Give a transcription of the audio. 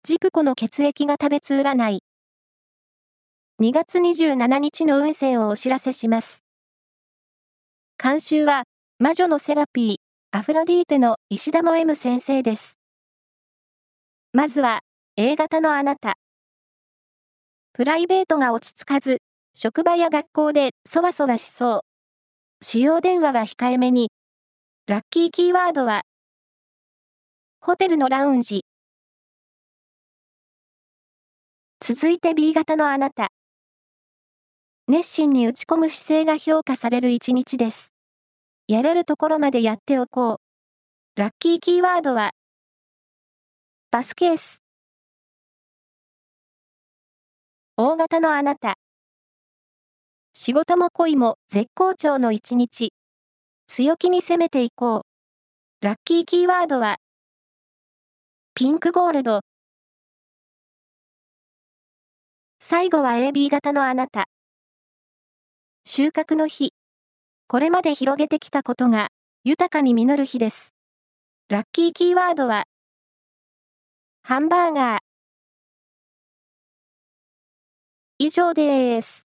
ジプコの血液が食べつ占い。2月27日の運勢をお知らせします。監修は、魔女のセラピー、アフロディーテの石田も M 先生です。まずは、A 型のあなた。プライベートが落ち着かず、職場や学校でそわそわしそう。使用電話は控えめに。ラッキーキーワードは、ホテルのラウンジ。続いて B 型のあなた。熱心に打ち込む姿勢が評価される一日です。やれるところまでやっておこう。ラッキーキーワードは、パスケース。O 型のあなた。仕事も恋も絶好調の一日。強気に攻めていこう。ラッキーキーワードは、ピンクゴールド。最後は AB 型のあなた。収穫の日。これまで広げてきたことが豊かに実る日です。ラッキーキーワードは、ハンバーガー。以上です。